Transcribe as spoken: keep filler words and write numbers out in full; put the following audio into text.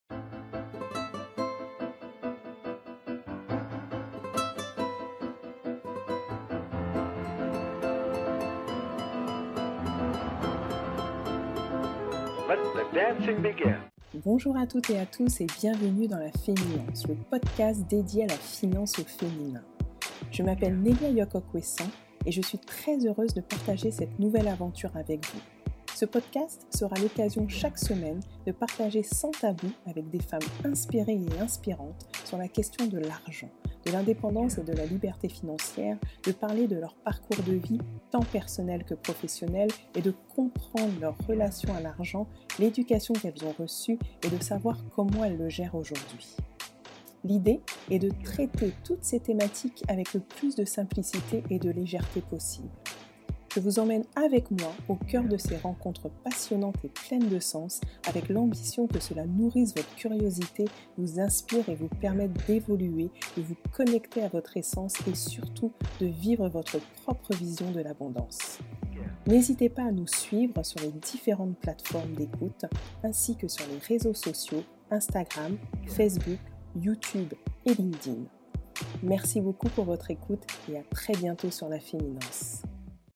Let the dancing begin. Bonjour à toutes et à tous et bienvenue dans La Féminance, le podcast dédié à la finance au féminin. Je m'appelle Nélia Yokok-Wessan et je suis très heureuse de partager cette nouvelle aventure avec vous. Ce podcast sera l'occasion chaque semaine de partager sans tabou avec des femmes inspirées et inspirantes sur la question de l'argent, de l'indépendance et de la liberté financière, de parler de leur parcours de vie, tant personnel que professionnel, et de comprendre leur relation à l'argent, l'éducation qu'elles ont reçue et de savoir comment elles le gèrent aujourd'hui. L'idée est de traiter toutes ces thématiques avec le plus de simplicité et de légèreté possible. Je vous emmène avec moi au cœur de ces rencontres passionnantes et pleines de sens, avec l'ambition que cela nourrisse votre curiosité, vous inspire et vous permette d'évoluer, de vous connecter à votre essence et surtout de vivre votre propre vision de l'abondance. N'hésitez pas à nous suivre sur les différentes plateformes d'écoute, ainsi que sur les réseaux sociaux, Instagram, Facebook, YouTube et LinkedIn. Merci beaucoup pour votre écoute et à très bientôt sur La Féminance.